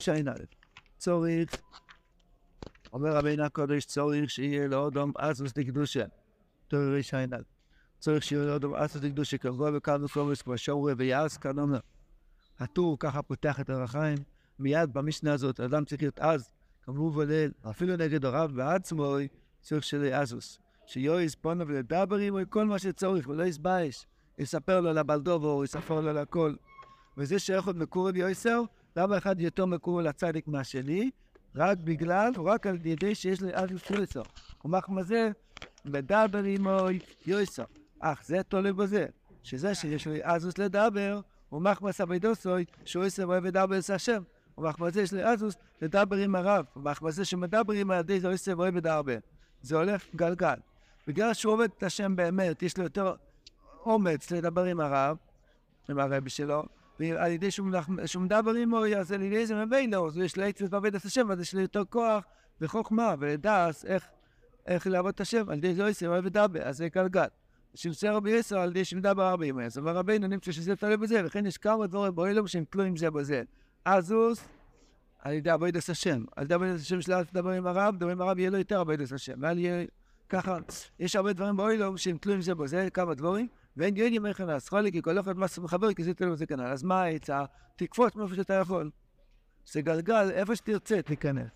שיין א', צורך, אומר רבינו הקודש, צורך שיהיה לאדם אסוס לקדושה, תורה שיין א', צורך שיהיה לאדם אסוס לקדושה, כבוא וכאן וקומץ כמו שורא ויעש כאן אומר. הטור ככה פותח את הרחיים, מיד במשנה הזאת, אדם צריך להיות אז, כמובן וליל, אפילו נגד הרב בעצמו, צריך שיהיה אסוס. שיועז פונו ולדבר עמו כל מה שצורך, ולא יסבייש, יספר לו לבלדובו, יספר לו לכל. וזה שאיכות מקורב יויסר, למה אחד יותר מקורב לצדיק מהשני? רק בגלל, רק על ידי שיש לי אסוס יויסר. ומחמה זה, מדבר עמו יויסר. אך זה תולה בזה, שזה שיש לי אסוס לדבר, ומחמה סבידוסוי, שהוא יסר ואוהב לדבר את השם. ומחמה זה יש לי אסוס לדבר עם הרב. ומחמה זה שמדברים על ידי זה יסר ואוהב לדבר. זה הולך גלגל. בגלל שהוא עובד את השם באמת, יש לו יותר אומץ לדבר עם הרב, עם הרב שלו, ועל ידי שהוא מדבר עמו, אז על ידי זה מבינו, אז יש לו עצת ועובד את השם, אז יש לו יותר כוח וחוכמה, ולדעת איך לעבוד את השם, על ידי זה יסר ואוהב לדבר, אז זה גלגל. שיוצא רבי יסר על ידי שמדבר הרבה עמו, אז אומר רבינו נמצא שזה תלוי בזה, וכן יש כמה דברים בעולם שהם תלויים זה בזה. אזוס, על ידי עבוד את השם, על ידי עבוד את השם שלו, לדבר עם הרב, דבר עם הרב יהיה לו יותר עבוד את השם, ועל יהיה ככה, יש הרבה דברים בעולם שהם תלויים זה בזה, כמה דברים, ואין יודעים איך לעשות, כי כל אחד מה מחבר, כי זה תלוי בזה כנראה. אז מה העצה? תקפוץ מאיפה שאתה יכול. זה גלגל, איפה שתרצה תיכנס.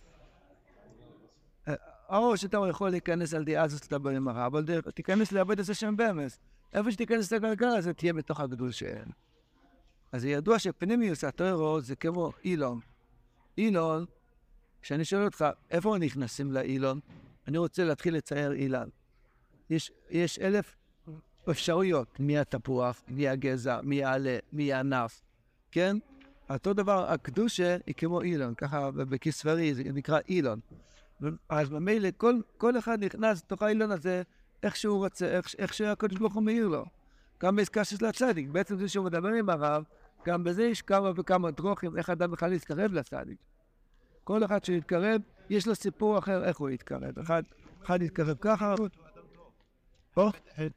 או שאתה יכול להיכנס על די אזוס לדבר עם הרב, אבל תיכנס לעבוד את השם באמס. איפה שתיכנס לגלגל הזה, תהיה בתוך הגדול שאין. אז זה ידוע שפנימיוס התורה זה כמו אילון. אילון, כשאני שואל אותך, איפה נכנסים לאילון? אני רוצה להתחיל לצייר אילן. יש 1000 אפשרויות, מי התפוח, מי הגזע, מי העלה, מי הענף, כן? אותו דבר, הקדושה היא כמו אילון, ככה בכספרי זה נקרא אילון. אז ממילא כל אחד נכנס לתוך האילון הזה, איך שהוא רוצה, איך שהקדוש ברוך הוא מאיר לו. גם בעסקה של הצדיק, בעצם זה שהוא מדבר עם הרב, גם בזה יש כמה וכמה דרכים, איך אדם בכלל להתקרב לצדיק. כל אחד שיתקרב, יש לו סיפור אחר איך הוא יתקרב. אחד יתקרב ככה. פה?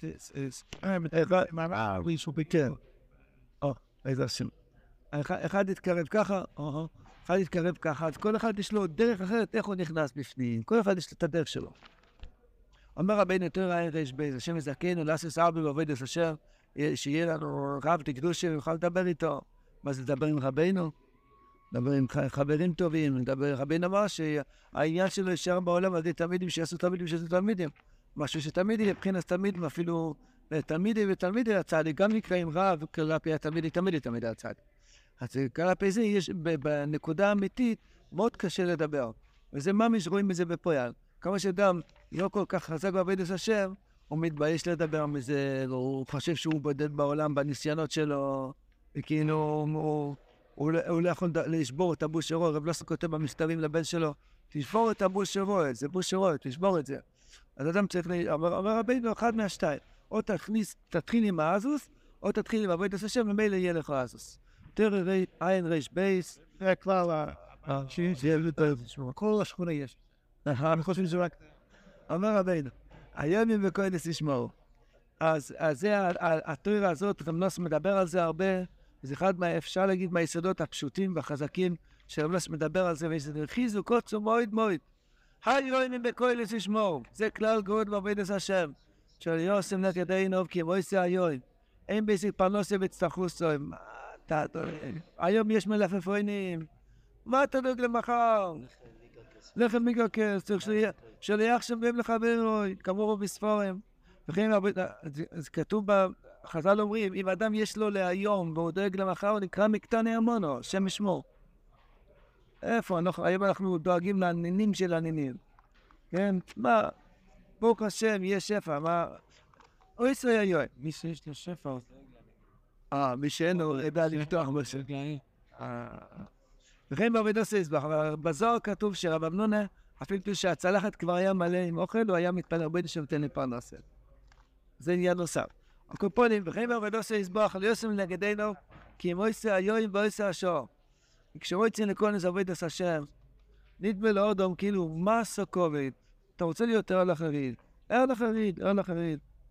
איזה השם. אחד יתקרב ככה, אחד יתקרב ככה, אז כל אחד יש לו דרך אחרת איך הוא נכנס בפנים. כל אחד יש לו את הדרך שלו. אומר רבינו תורה עין רש בייס, השם יזכנו, לעשות הרבה בעבודת השם, שיהיה לנו רב תקדושה ונוכל לדבר איתו. מה זה לדבר עם רבינו? לדבר עם חברים טובים, רבינו אמר שהעניין שלו יישאר בעולם על ידי תלמידים שיעשו תלמידים. משהו שתלמידים, מבחינת תלמידים, אפילו תלמידי הצדיק, גם נקראים רב כלפי תלמידי הצדיק. אז כלפי זה יש בנקודה האמיתית מאוד קשה לדבר. וזה ממש רואים מזה בפועל. כמה שאדם לא כל כך חזק בעבודת השם, הוא מתבייש לדבר מזה, הוא חושב שהוא בודד בעולם בניסיונות שלו, וכאילו הוא לא יכול לשבור את הבוש שלו. רב לוסו כותב במכתבים לבן שלו, תשבור את הבוש שלו, זה בוש שלו, תשבור את זה. אז אדם צריך, אומר רבינו, אחד מהשתיים, או תתחיל עם האזוס, או תתחיל עם עבודת השם, ומילא יהיה לך אזוס. תראה עין רש בייס, זה כבר, כל השכונה יש. אני חושב שזה רק... אומר רבינו, הימים וקודש ישמעו. אז זה, התורה הזאת, רב נוס מדבר על זה הרבה, זה אחד אפשר להגיד מהיסודות הפשוטים והחזקים, שרב נוס מדבר על זה, וזה חיזוק עצום מאוד מאוד. הימים וקודש ישמעו, זה כלל גאוד בעבודת השם, של יוסם נגדנו, כי מויסי היום, אין בסיק פרנסה וצטחוסו, היום יש מלפפונים, מה אתה דואג למחר? לחם מגלקס, צריך שליח שבאים לחברו, כמורו בספורם. וכן, אז כתוב, חז"ל אומרים, אם אדם יש לו להיום והוא דואג למחר, הוא נקרא מקטני המונו, השם ישמור. איפה? היום אנחנו דואגים לעניינים של העניינים. כן? מה? ברוך השם, יש שפע, מה? או ישראל היום. מי שיש לו שפע, הוא דואג לנו. מי שאין לו, ידע לפתוח בשם. וכן בעבודת סזבח, אבל בזוהר כתוב שרב אמנונה, אפילו שהצלחת כבר היה מלא עם אוכל, הוא היה מתפלל הרבה שנותן לפרנסה. זה עניין נוסף. הקופונים, וכן בעבודת סזבח, על יוסם נגדנו, כי מויסה היום ואויסה השור. כשמויסה לכל עבודת השם, נדמה לו אדם, כאילו, מה סוכובת? אתה רוצה להיות ער לחריד? ער לחריד.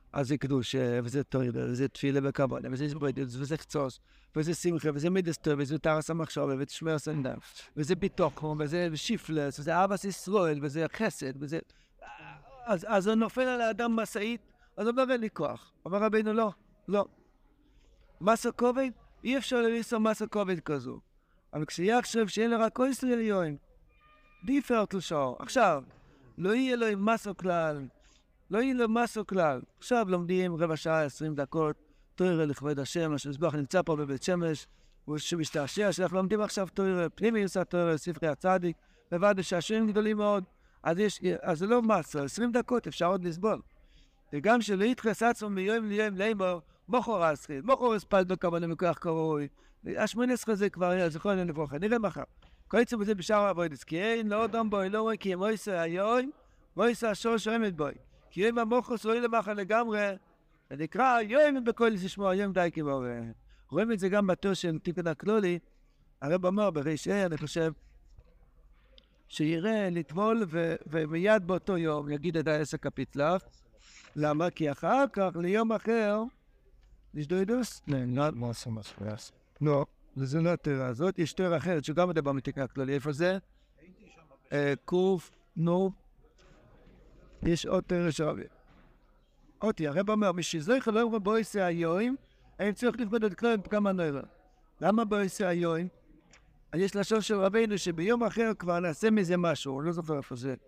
אז זה קדוש, וזה תויר, וזה תפילה וכבוד, וזה זבוידס, וזה חצוס, וזה שמחה, וזה מידסטר, וזה תרס המחשוב, וזה תשמר סנדם, וזה ביטוחון, וזה שיפלס, וזה אהבת ישראל, וזה חסד, וזה... אז הוא נופל על האדם משאית, אז הוא אומר, אין לי כוח. אומר רבינו, לא, לא. מסה כובד, אי אפשר לנסוע מסה כובד כזו. אבל כשיחשב שאין לו רק כל ישראל יוים, דיפרט לשור. עכשיו, לא יהיה לו עם מסו כלל, לא יהיה לו מסו כלל. עכשיו לומדים רבע שעה, 20 דקות, תוירה לכבוד השם, השם יזבח נמצא פה בבית שמש, הוא שמשתעשע, שאנחנו לומדים עכשיו תוירה, פנימי יוסד תוירה, ספרי הצדיק, לבד השעשועים גדולים מאוד. אז זה לא מסו, 20 דקות אפשר עוד לסבול. וגם שלא יתחס עצמו מיום ליום לימור, מוכר אסחית, מוכר אספלדו כמובן מכוח קרוי. ה-18 זה כבר, זכרון לנבוכה, נראה מחר. כל יצא בזה בשאר העבודס, כי אין, לא אדם בוי, לא רואה, כי אם אויסה היום, ואויסה השור שועמת בוי. כי אם המוחוס רואה למחר לגמרי, זה נקרא היום בכל לשמוע, היום די כמו. רואים את זה גם בתור של תיקון הכלולי, הרב אמר בראשי, אני חושב, שיראה לטבול ומיד באותו יום יגיד את העסק הפיתלף. למה? כי אחר כך, ליום אחר, יש דוידוס? לא, זה לא תראה הזאת, יש תראה אחרת שגם מדבר מתיקה הכללי. איפה זה? קוף, נו, יש עוד תראה שרבי. אותי, הרב אומר, משזוי חלום רבו יעשה היום, אני צריך לפקוד את כלל כמה נראה. למה בו יעשה היום? יש לשון של רבינו שביום אחר כבר נעשה מזה משהו, לא זוכר איפה זה.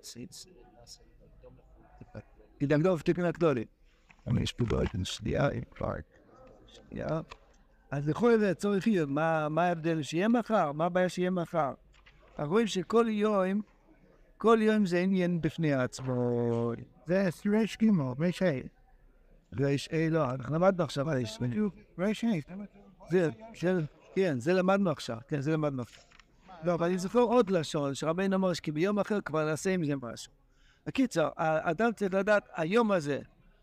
כדאגדור ותיקון הכללי. אני יש פה בעצם שנייה, שנייה. אז לכל זה צורך יהיה, מה ההבדל שיהיה מחר? מה הבעיה שיהיה מחר? אנחנו רואים שכל יום זה עניין בפני עצמו. זה ריש גימל, ריש ה'. ריש ה' לא, אנחנו למדנו עכשיו על ריש ה'. ריש ה'. כן, זה למדנו עכשיו. כן, זה למדנו עכשיו. לא, אבל אני זוכר עוד לשון, שרבינו אמר שכי ביום אחר כבר נעשה עם זה משהו. בקיצור, האדם צריך לדעת, היום הזה,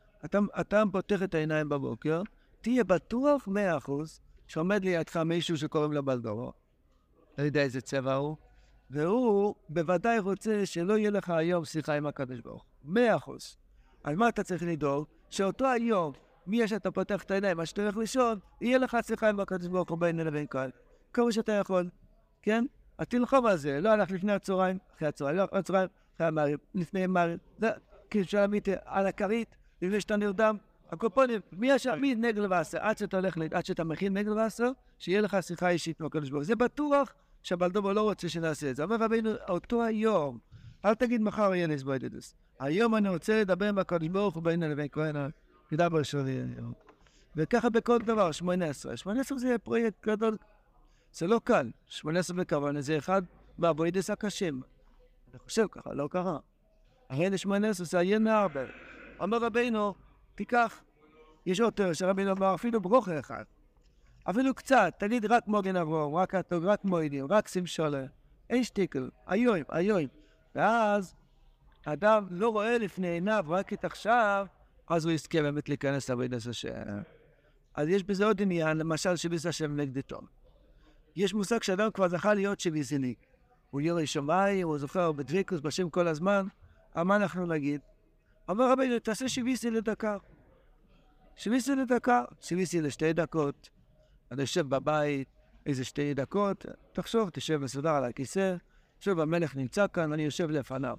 אתה פותח את העיניים בבוקר, תהיה בטוח 100% שעומד לידך מישהו שקוראים לו בלדורו. לא יודע איזה צבע הוא. והוא בוודאי רוצה שלא יהיה לך היום שיחה עם הקדוש ברוך הוא. 100%. אז מה אתה צריך לדאוג? שאותו היום, מי שאתה פותח את העיניים, מה שאתה הולך לישון, יהיה לך שיחה עם הקדוש ברוך הוא בין לבין קהל. כמו שאתה יכול. כן? אז תלחום על זה. לא הלך לפני הצהריים, אחרי הצהריים, לא אחרי הצהריים, אחרי המעריב, לפני מעריב. זה כאילו שעמית על הכרית, לפני שאתה נרדם. הקופונים, מי נגל ועשר? עד שאתה הולך, עד שאתה מכין נגל ועשר, שיהיה לך שיחה אישית מהקדוש ברוך הוא. זה בטוח שהבלדומו לא רוצה שנעשה את זה. אומר רבינו, אותו היום, אל תגיד מחר יהיה נסבוידדוס. היום אני רוצה לדבר עם הקדוש ברוך הוא בין לבין כהן, כדבר שלי. וככה בכל דבר, 18. 18 זה פרויקט גדול. זה לא קל. 18 בכוונה זה אחד מהבוידס הקשים. אני חושב ככה, לא קרה. הרי 18 זה עיין הרבה. אומר רבינו, תיקח, יש עוד תראה שרבינו אמר, אפילו ברוכה אחד. אפילו קצת, תגיד רק מוגן אברום, רק התוג, רק מוידים, רק סמשולה. אין שטיקל, היום. ואז האדם לא רואה לפני עיניו רק את עכשיו, אז הוא יזכה באמת להיכנס לעבודת השם. אז יש בזה עוד עניין, למשל שביס השם נגדתו. יש מושג שאדם כבר זכה להיות שביסניק. הוא ירא שמיים, הוא זוכר בדביקוס בשם כל הזמן. מה אנחנו נגיד? אמר רבינו, תעשה שביסי לדקה. שביסי לדקה, שביסי לשתי דקות. אני יושב בבית, איזה 2 דקות, תחשוב, תשב מסודר על הכיסא, תחשוב, המלך נמצא כאן, אני יושב לפניו.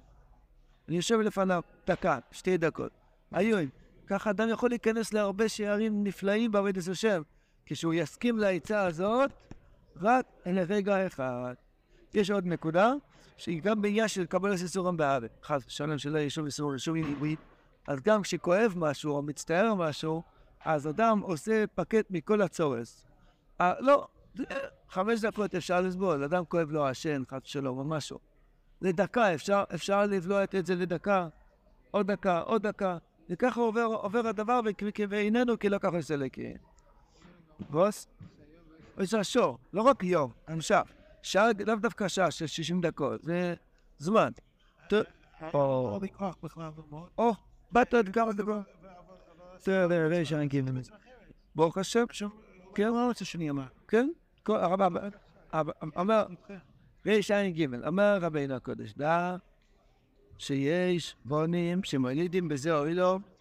דקה, 2 דקות. היום, ככה אדם יכול להיכנס להרבה שערים נפלאים בעבודת השם, כשהוא יסכים לעצה הזאת, רק לרגע אחד. יש עוד נקודה, שהיא גם בעיה של קבלת איסורם בארץ. חס ושלום שלא יש שום איסור, שום עיבוד. אז גם כשכואב משהו או מצטער משהו, אז אדם עושה פקט מכל הצורס. לא, 5 דקות אפשר לסבול, אדם כואב לו השן, חס ושלום או משהו. לדקה, אפשר לבלוע את זה לדקה, עוד דקה, וככה עובר הדבר ואיננו כי לא ככה עושה לכי. בוס? יש שור, לא רק יום, המשך. שעה, לאו דווקא שעה של 60 דקות, זה זמן. באת עד כמה דקות? תראה, שאני קיבל מזה. ברוך השם? כן, מה רוצה שאני אמר? כן? אמר, ריש עין גימל, אמר רבינו הקודש, דע שיש בונים שמולידים בזה אוילו,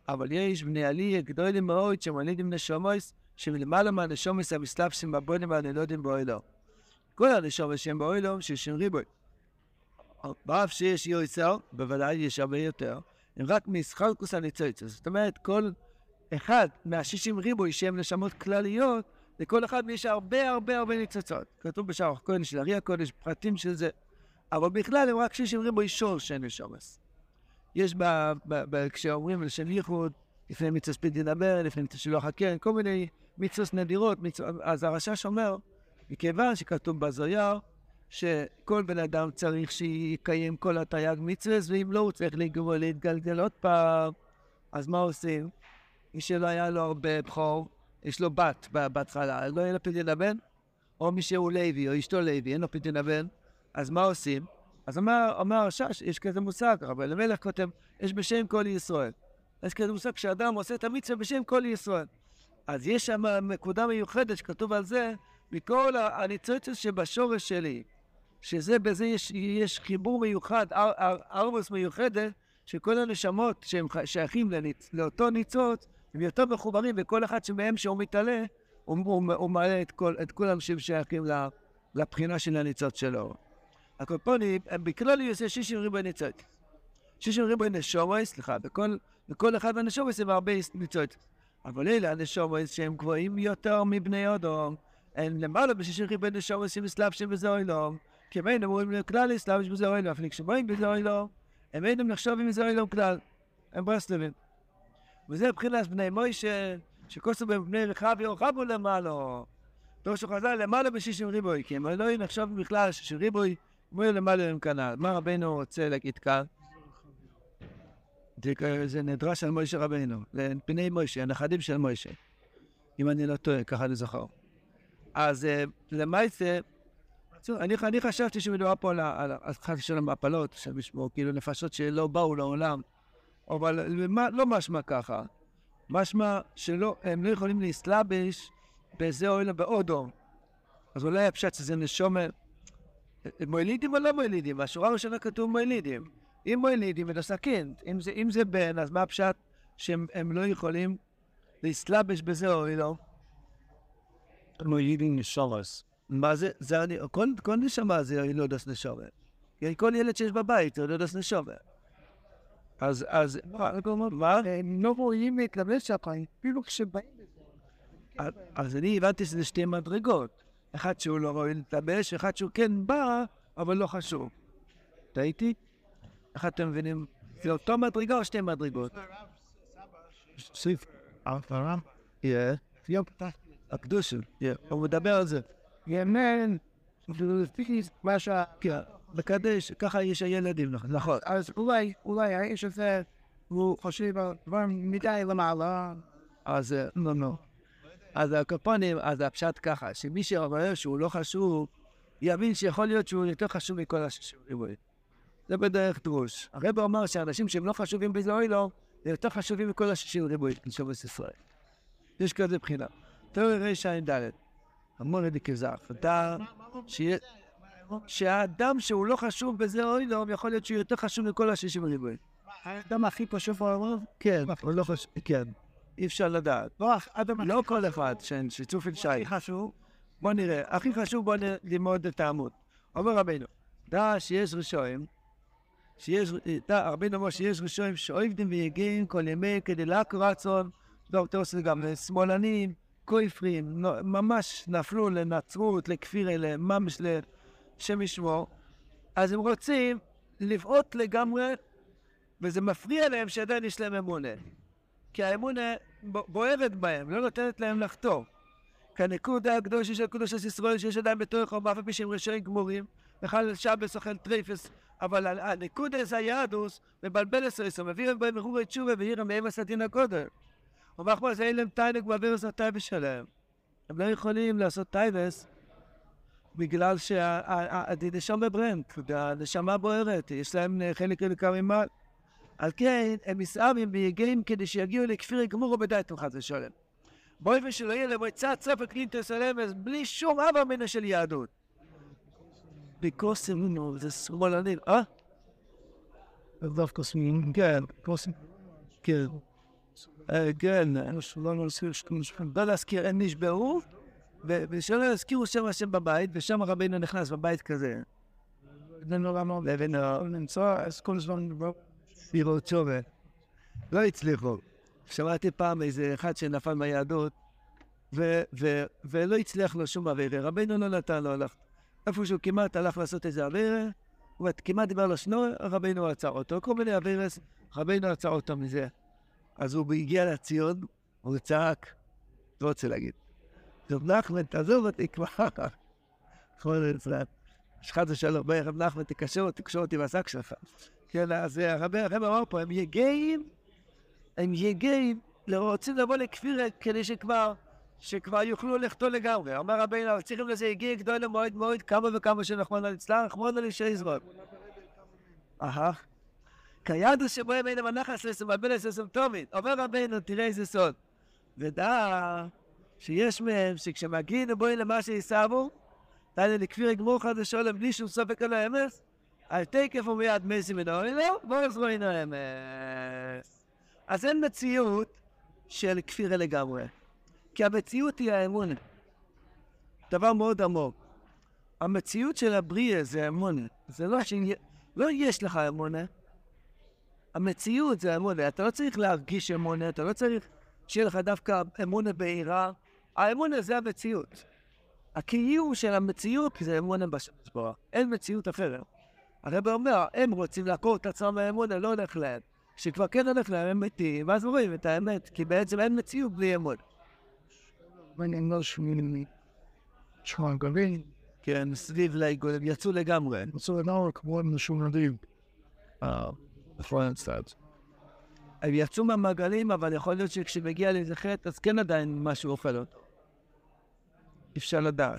אבל יש בני עלי גדולים מאוד שמולידים נשומוס, שמלמעלה מהנשומוס המסלבשים בבונים והנלודים באוילום. כל הנשומוס שהם באוילום שישים ריבוי. באף שיש יועצר, בוודאי יש הרבה יותר, הם רק מסחלקוס הניצוץ. זאת אומרת, כל אחד מה-60 ריבוי שהם נשמות כלליות, לכל אחד יש הרבה ניצוצות. כתוב בשער הקודש של ארי הקודש, פרטים של זה. אבל בכלל הם רק 60 ריבוי שור של נשומס. יש כשאומרים לשם ייחוד, לפני מצווה ספיד ידבר, לפני מצווה שלוח הקרן, כל מיני מצוות נדירות, אז הרש"ש אומר, מכיוון שכתוב בזויר, שכל בן אדם צריך שיקיים כל התרי"ג מצוות, ואם לא הוא צריך להתגלגל עוד פעם, אז מה עושים? מי שלא היה לו הרבה בכור, יש לו בת בהתחלה, לא יהיה לו פדיון הבן, או מי שהוא לוי, או אשתו לוי, אין לו פדיון הבן, אז מה עושים? אז אומר הרש"ש, יש כזה מושג, אבל המלך כותב, יש בשם כל ישראל. יש כזה מושג שאדם עושה את המצווה בשם כל ישראל. אז יש שם נקודה מיוחדת שכתוב על זה, מכל הניצוצות שבשורש שלי, שזה בזה יש חיבור מיוחד, ערבוס מיוחדת, שכל הנשמות שהם שייכים לאותו ניצוץ, הם יותר מחוברים, וכל אחד שמהם שהוא מתעלה, הוא מעלה את כל האנשים שייכים לבחינה של הניצוץ שלו. הקופונים, בכלל יעשה 60 ריבוי ניצוץ. 60 ריבוי נשומות, סליחה, בכל אחד מהנשומות הם הרבה ניצוץ. אבל אלה הנשומות שהם גבוהים יותר מבני אדם, הם למעלה ב-60 ריבוי נשומות שמסלבשים בזה אילום, כי הם אינם אומרים לכלל להסלבש בזה אילום, אפילו כשבאים בזה אילום, הם אינם נחשבים בזה אילום כלל, הם ברסלבים. וזה מבחינת בני מוישה, שכוסו בני רחבי או רבו למעלה. תוך שחזר למעלה ב-60 ריבוי, כי הם לא נחשב בכלל 60 ריבוי, כמו למעלה הם כנ"ל. מה רבינו רוצה להגיד כאן? זה נדרש על מוישה רבינו, לפני מוישה, הנכדים של מוישה. אם אני לא טועה, ככה אני זוכר. אז למעשה, אני חשבתי שמדובר פה על חד של המפלות, שמשמעו כאילו נפשות שלא באו לעולם, אבל לא משמע ככה. משמע שהם לא יכולים להסלבש בזה או אלא באודו. אז אולי הפשט שזה נשומה, מוילידים או לא מוילידים? השורה הראשונה כתוב מוילידים. אם מוילידים ודסכין, אם זה בן, אז מה הפשט שהם לא יכולים להסלבש בזה או אלא? מוילידים נשומס. מה זה? כל נשמה זה לא דס נשומה. כל ילד שיש בבית זה לא דס נשומה. אז מה? הם לא רואים להתלבש הפעמים, אפילו כשבאים לזה. אז אני הבנתי שזה שתי מדרגות. אחד שהוא לא רואה להתלבש, אחד שהוא כן בא, אבל לא חשוב. טעיתי? איך אתם מבינים? זה אותו מדרגה או שתי מדרגות? סיף, הרם, הקדושה, הוא מדבר על זה. ימן, מה כן, בקדש, ככה יש הילדים, נכון. אז אולי האיש הזה, הוא חושב על דבר מדי למעלה. אז לא. אז הקופונים, אז הפשט ככה, שמי שרואה שהוא לא חשוב, יבין שיכול להיות שהוא יותר חשוב מכל ה-60 ריבוי. זה בדרך דרוש. הרב אומר שאנשים שהם לא חשובים בזה אוי לא, זה יותר חשובים מכל ה-60 ריבוי, נשובס ישראל. יש כזה בחינה. תיאורי רע"ד, המון דקזך, אתה שהאדם שהוא לא חשוב בזה אוי לא, יכול להיות שהוא יותר חשוב מכל ה-60 ריבוי. האדם הכי פשוט בעולם? כן, הוא לא חשוב, כן. אי אפשר לדעת. לא כל אחד שצופן שי. הכי חשוב. בוא נראה. הכי חשוב בוא ללמוד את העמוד. אומר רבינו, דע שיש רשועים, רבינו אומר שיש רשועים שעובדים ויגיעים כל ימי כדי להק רצון, אתה עושה גם שמאלנים, כופרים, ממש נפלו לנצרות, לכפיר אלה, ממש לשם ישמור. אז הם רוצים לבעוט לגמרי, וזה מפריע להם שעדיין יש להם אמונה. כי האמונה בוערת בהם, לא נותנת להם לחתור. כנקודה הקדושה של קדושת ישראל שיש עדיין בתוכו, ואף על פי שהם רשעים גמורים, בכלל שבס אוכל טריפס, אבל הנקודה זה היהדוס, מבלבל עשו, מביא בהם מרורי תשובה והירה מהם הסדין הקודם. אומר כמו זה אין להם תיינק בעבירוס הטייבס שלהם. הם לא יכולים לעשות טייבס, בגלל שהנשמה ברנק, והנשמה בוערת, יש להם חלק יליקה ממעל. על כן, הם מסעבים ויגיעים כדי שיגיעו לכפיר גמור ובדעת תמחת לשלם. באופן שלא יהיה למועצת ספר קלינטוס אלמס, בלי שום אבא מנה של יהדות. בקוסם, זה שמאלנים, דווקא סמין, כן, קוסם. כן. כן, לא להזכיר, הם נשברו, ושלא יזכירו שם השם בבית, ושם רבינו נכנס בבית כזה. לבינו נמצא, אז כל הזמן לראות שובה. לא הצליחו. שמעתי פעם איזה אחד שנפל מהיהדות, ולא הצליח לו שום עבירה. רבינו לא נתן לו, הלך. איפה שהוא כמעט הלך לעשות איזה עבירה, הוא כמעט דיבר לו שנור, רבינו עצר אותו. כל מיני עבירס, רבינו עצר אותו מזה. אז הוא הגיע לציון, הוא צעק, לא רוצה להגיד. רב נחמן, תעזוב אותי כבר. נכון, ישראל. שחד ושלום, בואי רב נחמן, תקשור אותי בשק שלך. כן, אז הרב אמר פה, הם יגעים, רוצים לבוא לכפירה כדי שכבר יוכלו לכתוב לגמרי. אומר רבינו, צריכים לזה יגיע גדול למועד מועד, כמה וכמה שנחמונה לצלח, נחמונה לישראל. כידו שבו ימי למנחס לסם, הבן לסם תומית. אומר רבינו, תראה איזה סוד. ודע שיש מהם שכשמגיעים לבואי למה שיסעבו, תעלה לכפיר גמור חדשו להם בלי שום סופק על האמס, על תקף ומיד מסי מנהור אלו, בואו יחזרו אינו האמס. אז אין מציאות של כפירה לגמרי. כי המציאות היא האמונה. דבר מאוד עמוק. המציאות של הבריאה זה האמונה. זה לא יש לך אמונה. המציאות זה אמונה. אתה לא צריך להרגיש אמונה, אתה לא צריך שיהיה לך דווקא אמונה בעירה. האמונה זה המציאות. הקיום של המציאות זה אמונה בשבוע. אין מציאות אחרת. הרב אומר, הם רוצים לעקור את עצמם מהאמונה, לא הולך להם. שכבר כן הולך להם, הם מתים, ואז רואים את האמת, כי בעצם אין מציאות בלי אמונה. ואני לא שומעים שמע גבין. כן, סביב לעיגול, הם יצאו לגמרי. יצאו לגמרי כמו הם נשום נדיב. פרנסטאט. הם יצאו מהמעגלים, אבל יכול להיות שכשמגיע לאיזה חטא, אז כן עדיין משהו אוכל אותו. אפשר לדעת.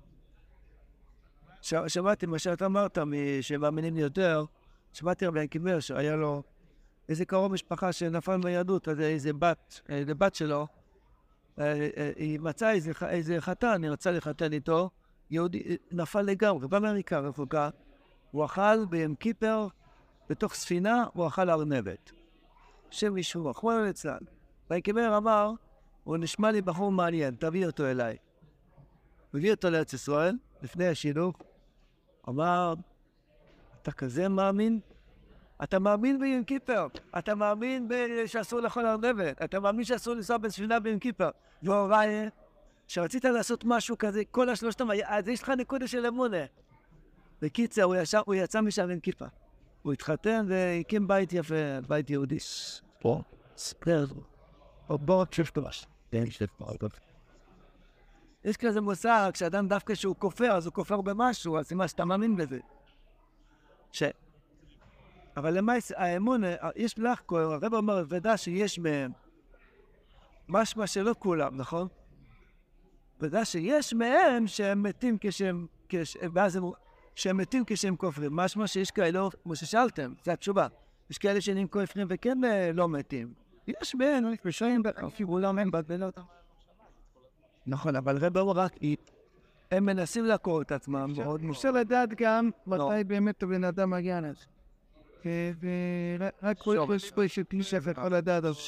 שמעתי מה שאתה אמרת, שמאמינים יותר, שמעתי רבי קימר שהיה לו איזה קרוב משפחה שנפל מהיהדות, אז איזה בת שלו, היא מצאה איזה חתן, היא רצה לחתן איתו, יהודי, נפל לגמרי, באמריקה רחוקה, הוא אכל ביום כיפר, בתוך ספינה, הוא אכל ארנבת. שם מישהו, אחרון לצלן. רבי קימר אמר, הוא נשמע לי בחור מעניין, תביא אותו אליי. הוא הביא אותו לארץ ישראל, לפני השילוב, אמר, אתה כזה מאמין? אתה מאמין ביום כיפר, אתה מאמין שאסור לאכול ארנבת, אתה מאמין שאסור לנסוע בספינה ביום כיפר. והוא ראה שרצית לעשות משהו כזה, כל השלושתם, אז יש לך נקודה של אמונה. בקיצר, הוא יצא משם עם כיפה. הוא התחתן והקים בית יפה, בית יהודי. פה? ספר. או בוא תשפטוש. יש כזה מושג, כשאדם דווקא שהוא כופר, אז הוא כופר במשהו, אז מה שאתה מאמין בזה. אבל למעשה, האמון, יש לך, הרב אומר, ודע שיש מהם, משמע שלא כולם, נכון? ודע שיש מהם שהם מתים שהם מתים כשהם כופרים. משמע שיש כאלה, כמו ששאלתם, זו התשובה. יש כאלה שהם כופרים וכן לא מתים. יש מהם, משאים אפילו לא מהם בגבלות. נכון, אבל רב אומר רק, הם מנסים לעקור את עצמם. אפשר לדעת גם מתי באמת הבן אדם מגיע לזה. ורק כל שפישף יכול לדעת על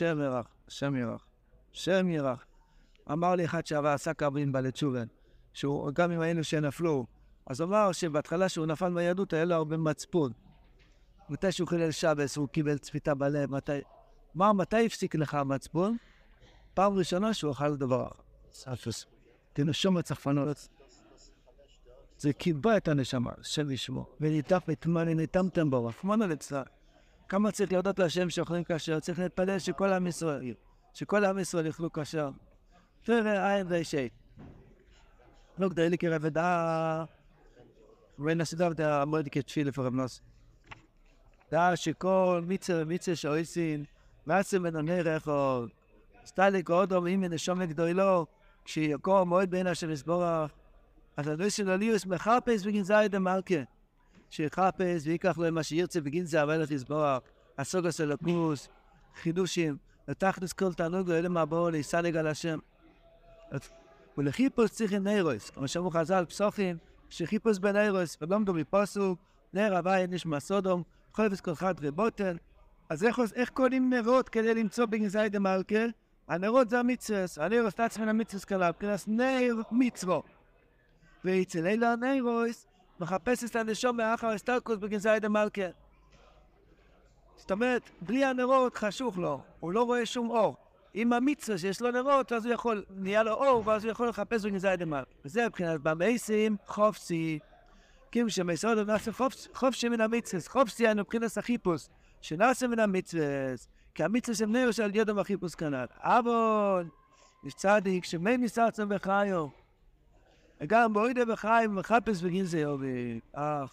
שם ירח. אמר לי אחד שעבר עשה קרבין בלצ'ובן, שהוא גם עם האלו שנפלו, אז אמר שבהתחלה שהוא נפל מהיהדות היה לו הרבה מצפון. מתי שהוא חילל שבס הוא קיבל צפיתה בלב, מתי הפסיק לך המצפון? פעם ראשונה שהוא אכל דבר ספס. תנשום הצחפנות. זה קיבה את הנשמה, שם ישמו. וניטף מתמני, ניתמתם בו, רחמנא ליצלן. כמה צריך להודות להשם שאוכלים כשר, צריך להתפלל שכל עם ישראל יאכלו כשר. תראה עין וישי. לא כדאי לי כרב ודעה, ונסדב דעה מועד כתפילה פרמנוס. דעה שכל מיצה שאויסין, מעצם בנוני רחוב, סטיילי קורדום אימי נשום וגדולו, כשיוקור מועד בין השם יסבורך, אז הנושא לא ליוס מחפש בגין זה עד המלכה. שיחפש ויקח לו מה שירצה בגין זה המלך יסבורך. הסוגה של הקורס, חידושים, לתכנס כל תענוג לו אלם הבוא להיסנג על השם. ולחיפוש צריכים נאירוס. כמו שאמרו חז"ל פסוחים, שחיפוש בנאירוס, ולומדו מפסוק, נר הווי נשמע סודום, חופש כל חד רבוטן, אז איך קונים נרות כדי למצוא בגנזי דמלכה? הנרות זה המצווס, הנר הסתץ מן המצווס כלל, כנס נר מצווה. ואצל אלה הנרוס, מחפש את הנשום מאחר הסתלקוס בגנזי דמלכה. זאת אומרת, בלי הנרות חשוך לו, הוא לא רואה שום אור. עם המצווה שיש לו נרות, אז הוא יכול, נהיה לו אור, ואז הוא יכול לחפש בגנזי דמלכה. וזה מבחינת במייסים, חופשי. כאילו שמייסוד נעשה חופשי מן המצווס, חופשי היה מבחינת החיפוש, שנעשה מן המצווס. כי המצווה של נר שעל יודם החיפוש כנ"ל. אבל יש צדיק שמי מסרצם בחיו. וגם בורידה בחיים מחפש בגין זה יובי.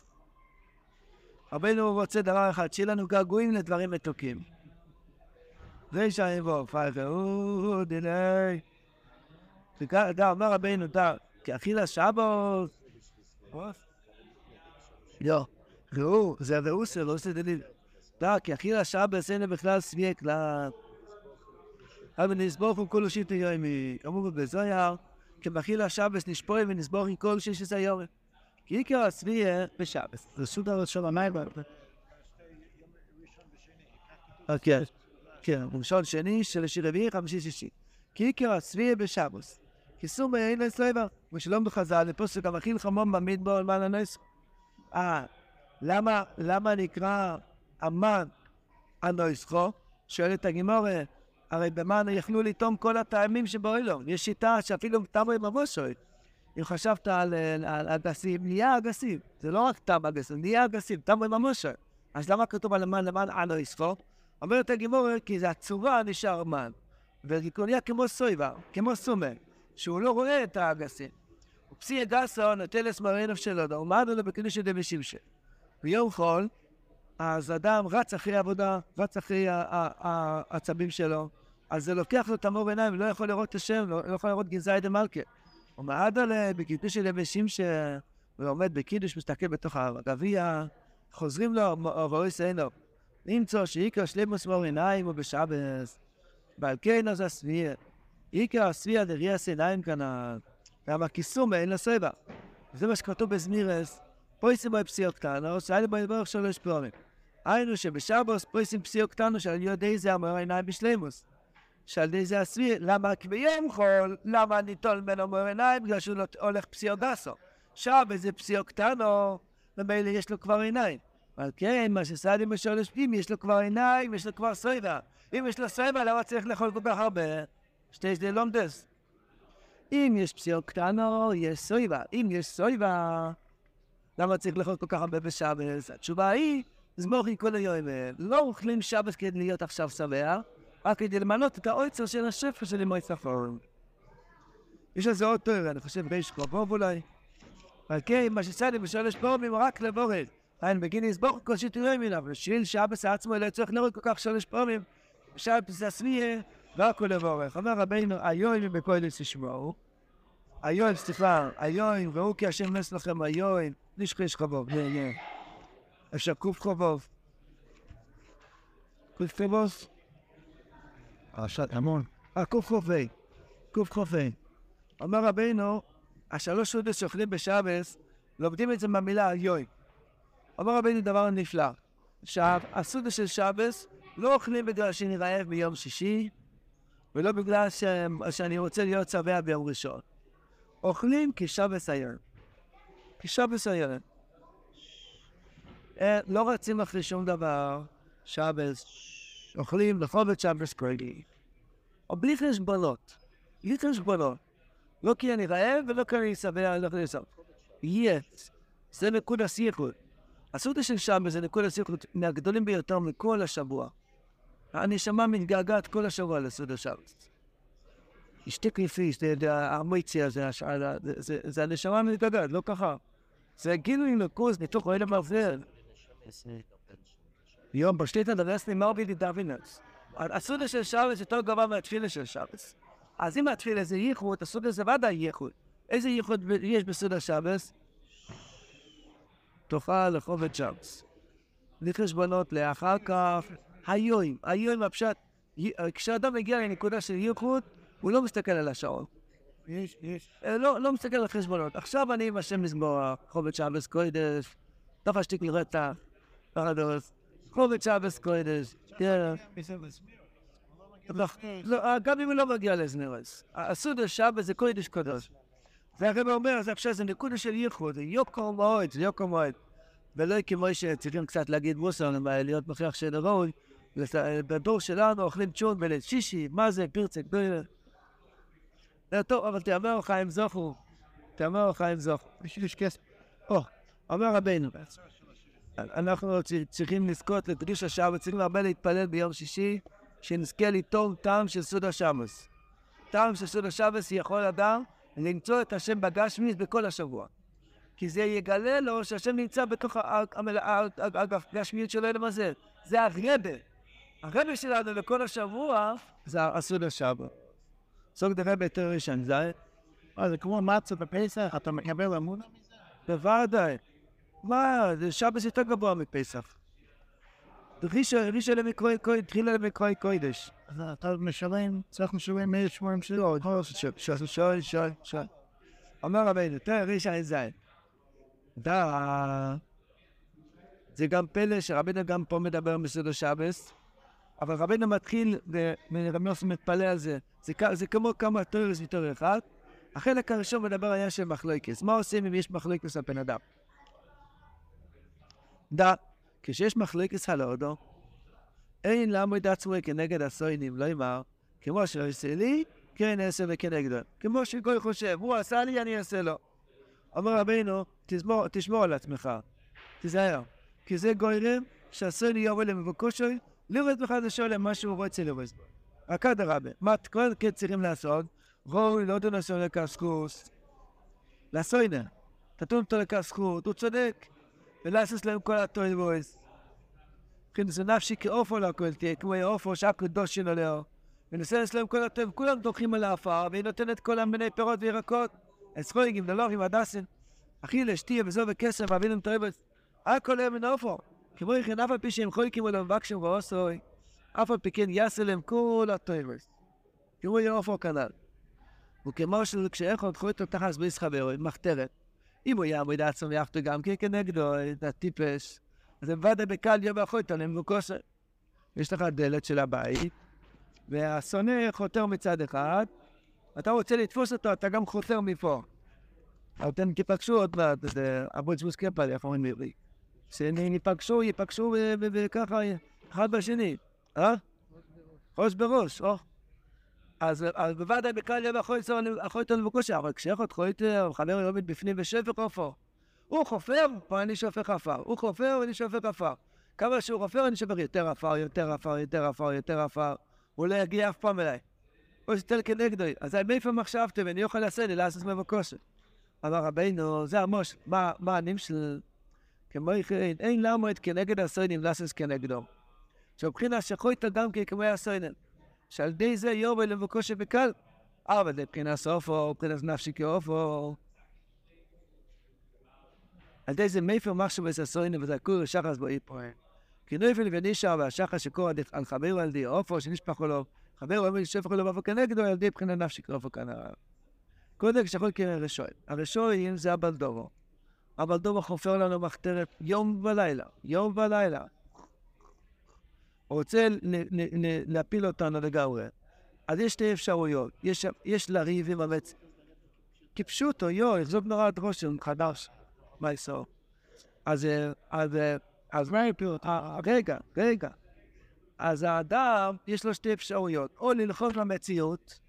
רבנו רוצה דבר אחד, שיהיה לנו געגועים לדברים מתוקים. זה שאני בו, פייפר, דילי. אומר רבנו, כי אכילה שבוס. לא, ראו, זה הראוסר, לא עושה דליל. כי אכילה שבוס אין בכלל סביע כלל. אבל נסבור עם כל שיטה יומי. אמרו בזויר, כמאכילה שבוס נשפוי ונסבור עם כל 16 יום. כי עיקר הסביע בשבוס. זה סוד הראשון המים. כן, כן, ראשון שני, שלישי רביעי, חמישי שישי. כי עיקר הסביע בשבוס. כיסום אין לסלבר, ושלום בחז"ל, לפוסק המאכיל חמום במדבר למען הנס. למה נקרא המן הנויסחו? שואלת הגימורה, הרי במן יכלו לטעום כל הטעמים שבאוילום. יש שיטה שאפילו תמרי ממש שואל. אם חשבת על אגסים, נהיה אגסים. זה לא רק טעם אגסים, נהיה אגסים, תמרי ממש שואל. אז למה כתוב על המן הנויסחו? אומרת הגימורה, כי זה הצורה נשאר מן. וזה נהיה כמו סויבה, כמו סומן, שהוא לא רואה את האגסים. ופסי אגסו נטלס מרינוף שלו, ומעדו לו בקדוש ידי בשמשת. ביום חול, אז אדם רץ אחרי העבודה, רץ אחרי העצבים שלו, אז זה לוקח לו תמור עיניים, לא יכול לראות את השם, לא יכול לראות גנזי דמלכה. הוא מעד עליה בקידוש ידי בשמשת, הוא עומד בקידוש, מסתכל בתוך הגביע, חוזרים לו, רואי סיינו, למצוא שעיקר שלמוס מור עיניים ובשבס, ועל כן אז הסביר, עיקר הסביר דריאס עיניים כנעד, למה כיסום אין לסבא. זה מה שכתוב בזמירס, פויסים בו פסיעות קטנו, שאלה בו יברך 3 פעמים. היינו שבשבוס פויסים פסיעות קטנו שעל ידי זה אמור עיניים בשלימוס. שעל ידי זה הסביר, למה ביום חול, למה ניטול ממנו אמור עיניים? בגלל שהוא הולך פסיעות דסו. שבוס זה פסיעות קטנו, ומילא יש לו כבר עיניים. אבל כן, מה שסעדים בשולש פים, יש לו כבר עיניים, יש לו כבר סויבה. אם יש לו סויבה, למה צריך לאכול כל כך הרבה? שתי זה לומדס. אם יש פסיעות קטנו, יש סויבה. אם יש סויבה, למה צריך לאכול כל כך הרבה בשבס? התשובה היא, זמוכים כל היום. לא אוכלים שבס כדי להיות עכשיו שבע, רק כדי למנות את האוצר של השפר של מועצת הפורום. יש לזה עוד תואר, אני חושב ריש קרובוב אולי. אבל כן, מה שסעדים בשולש פעמים רק לבורד. אין בגין יסבור כל שיטורים אליו, ושיל שבס עצמו לא צריך לראות כל כך 3 פעמים. שבס הסביר, והכל לבורך. אומר רבינו, היום בקודש תשמעו. היום, סליחה, היום, ראו כי השם נס לכם היום, נשחיש חבוב, אפשר קוף חבוב. קוף חבוב? המון. קוף חובי. קוף חובי. אומר רבינו, 3 סעודות שאוכלים בשבס, לומדים את זה מהמילה היום. אומר רבינו דבר נפלא. עכשיו, הסעודה של שבס לא אוכלים בגלל שאני רעב ביום שישי, ולא בגלל שאני רוצה להיות שבע ביום ראשון. אוכלים כשבס היום. כשבס היום. לא רצים אחרי שום דבר, שבס, אוכלים לחובת שבס קרדי. או בלי חשבונות. בלי חשבונות. לא כי אני רעב ולא כי אני שבע, לא כי אני שבע. יש. זה נקודה סיכות. הסעודה של שבס זה נקודה סיכות מהגדולים ביותר מכל השבוע. הנשמה מתגעגעת כל השבוע לסעודה שבס. השתיק לפי, זה המויצי הזה, זה הנשמה מתגעגעת, לא ככה. זה גילוי לקוז נתוך אוהל המרזל. יום, בשליטה דרס נאמר בידי דווינס. הסעודה של שבס יותר גבוה מהתפילה של שבס. אז אם התפילה זה ייחוד, הסעודה זה ודאי ייחוד. איזה ייחוד יש בסעודה שבס? תאכל לחובת שבס. לחשבונות לאחר כך, היום הפשט, כשאדם מגיע לנקודה של ייחוד, הוא לא מסתכל על השעון. לא מסתכל על חשבונות. עכשיו אני עם השם לסגור, חובת שבס קודש, תוך השתיק לרתח, חובת שבס קודש. כן. גם אם הוא לא מגיע לזנרס. הסעודה שבס זה קודש קודש. והרב אומר, זה עכשיו זה נקודה של ייחוד, זה יוקר מאוד, זה יוקר מאוד. ולא כמו שצריכים קצת להגיד מוסר, להיות מכריח שנראוי, בדור שלנו אוכלים צ'ון בליל שישי, מה זה, פרצק, טוב, אבל תאמר חיים זוכו, תאמר חיים זוכו. בשביל כסף. אומר רבינו, אנחנו צריכים לזכות לקדוש השבת, צריכים הרבה להתפלל ביום שישי, שנזכה לטעום טעם של סעודה שבס. טעם של סעודה שבס יכול אדם למצוא את השם בגשמי בכל השבוע. כי זה יגלה לו שהשם נמצא בתוך הגשמיות של העולם הזה. זה הרבה. הרבה שלנו לכל השבוע זה הסעודה שבס. סוג דרבה יותר ראשון, זה? זה כמו מצה בפסח, אתה מקבל אמונה מזה? בוודאי. מה, זה שבס יותר גבוה מפסח. רישה למקרואי קודש, תחילה למקרואי קודש. אז אתה משלם, צריך לשלם 180 שעות. שואל. אומר רבינו, תראה, רישה אין זין. זה גם פלא שרבינו גם פה מדבר בסעודה שבס, אבל רבינו מתחיל, ורמיוס מתפלא על זה. זה כמו כמה תיאוריות יותר אחד. החלק הראשון מדבר היה של מחלוקת. מה עושים אם יש מחלוקת על בן אדם? כשיש מחלוקת על אודו, אין לעמוד עצמו כנגד הסוינים, לא אמר, כמו שעושה לי, כן אעשה וכנגדו. כמו שגוי חושב, הוא עשה לי, אני אעשה לו. אומר רבינו, תשמור על עצמך, תזהר. כי זה גוירם שהסויני יובא למבוקושוי, לראות בכלל זה שואל מה שהוא רוצה לראות. רק עד הרבה. מה כל כן צריכים לעשות? ראוי לא תנסו לקסקוס. לסוינה. תתון אותו לקסקוס, הוא צודק. ולעשות להם כל הטויבויס. כן, זה נפשי כאופו לכל תהיה, כמו האופו שהקדוש שלו לאו. ונעשה להם כל הטוב, כולם דורכים על האפר, והיא נותנת כל המיני פירות וירקות. אסחויגים, דלורים, הדסים. אכילה, שתיה וזו וכסף, ואבינם טויבויס. הכל הם מן האופו. כמו יכן, אף על פי שהם חויקים ולא מבקשם ועושוי, אף על פי כן יעשה להם כל הטויבויס. כמו האופו כנ"ל. וכמו שכשאחד חוי תחס ביס חברו, מחתרת. אם הוא יעמוד עצמו יחתו גם כנגדו, את הטיפש, אז הם ודאי בקל יום החויטה למבוקוסר. יש לך דלת של הבית, והשונא חותר מצד אחד, אתה רוצה לתפוס אותו, אתה גם חותר מפה. אבל אתם תיפגשו עוד מעט, זה אבוד שבוס קפל, איך אומרים בעברית. שניפגשו, ייפגשו וככה, אחד בשני. ראש בראש, אז בוודאי בקל יום החויטה למבוקוסר, אבל כשאחד חויטה, חבר יומד בפנים ושפך עופו. הוא חופר, ואני שופך עפר. הוא חופר, ואני שופך עפר. כמה שהוא חופר, אני שופך יותר עפר, יותר עפר, יותר עפר, יותר עפר. הוא לא יגיע אף פעם אליי. הוא יסתכל כנגדו. אז מאיפה מחשבתם, ואני אוכל לעשות לי, לעשות מבוקוסר. אמר רבינו, זה המוש, מה הנמשל? כמו אין לעמוד כנגד הסוינים, לעשות כנגדו. שבחינה שחויטה גם כמו הסוינים. שעל די זה יובל למבוקוסר בקל. אבל זה בחינה סופו, בחינה נפשי כאופו. על די זה מאיפה מחשב בססוינים וזה הכור שחס בו איפוהם. כי נויפל ונישר והשחס שקור על חברו על די אופו שנשפחו לו, חברו אומר שפחו לו באופו כנגדו על די בחינה נפשי כאופו כנראה. קודם כשאחול כנראה רשוי. הרשויים זה הבלדובו. הבלדובו חופר לנו מחתרת יום ולילה, יום ולילה. הוא רוצה להפיל אותנו לגמרי. אז יש שתי אפשרויות. יש לריב עם המצ... כפשוטו, יחזוק נורא את ראש של חדש. מה יסור? אז מה יפיל אותך? רגע. אז האדם, יש לו שתי אפשרויות. או ללחוץ למציאות,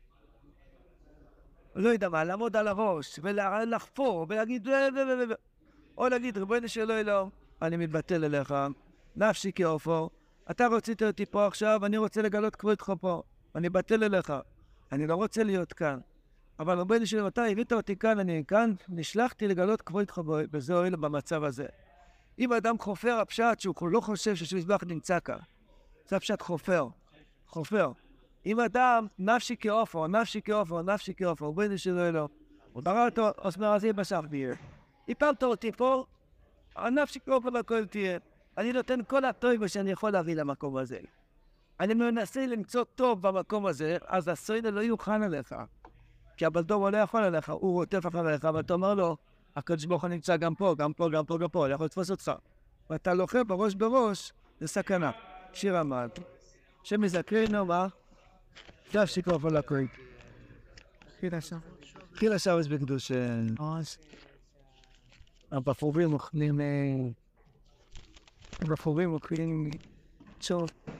לא יודע מה, לעמוד על הראש, ולחפור, ולהגיד, או להגיד, ריבונו של אלוהים, אני מתבטל אליך, נפשי כאופו, אתה רצית אותי פה עכשיו, אני רוצה לגלות כבודך פה, אני מתבטל אליך, אני לא רוצה להיות כאן. אבל ריבונו של אלוהים, אתה הבאת אותי כאן, אני כאן, נשלחתי לגלות כבודך בזו אלו במצב הזה. אם אדם חופר הפשט שהוא לא חושב שמזבח נמצא כאן, זה הפשט חופר. אם אדם נפשי כאופו, ריבונו של אלוהים, הוא ברא אותו, אומר, אז יהיה בסך ביר. הפלת אותי פה, הנפשי כאופו לכל תהיה. אני נותן כל הטוב שאני יכול להביא למקום הזה. אני מנסה למצוא טוב במקום הזה, אז הסוינה לא יוכל עליך. כי הבלדור לא יכול עליך, הוא רוטף אחריך, ואתה אומר לו, הקדוש ברוך הוא נמצא גם פה, אני יכול לתפוס אותך. ואתה לוחם בראש, זה סכנה. שיר המעל. שמזכרנו מה? תפסיק אופן לקרוא. חיל השבס בקדושה. הבחורים אוכלים... הבחורים אוכלים... צור.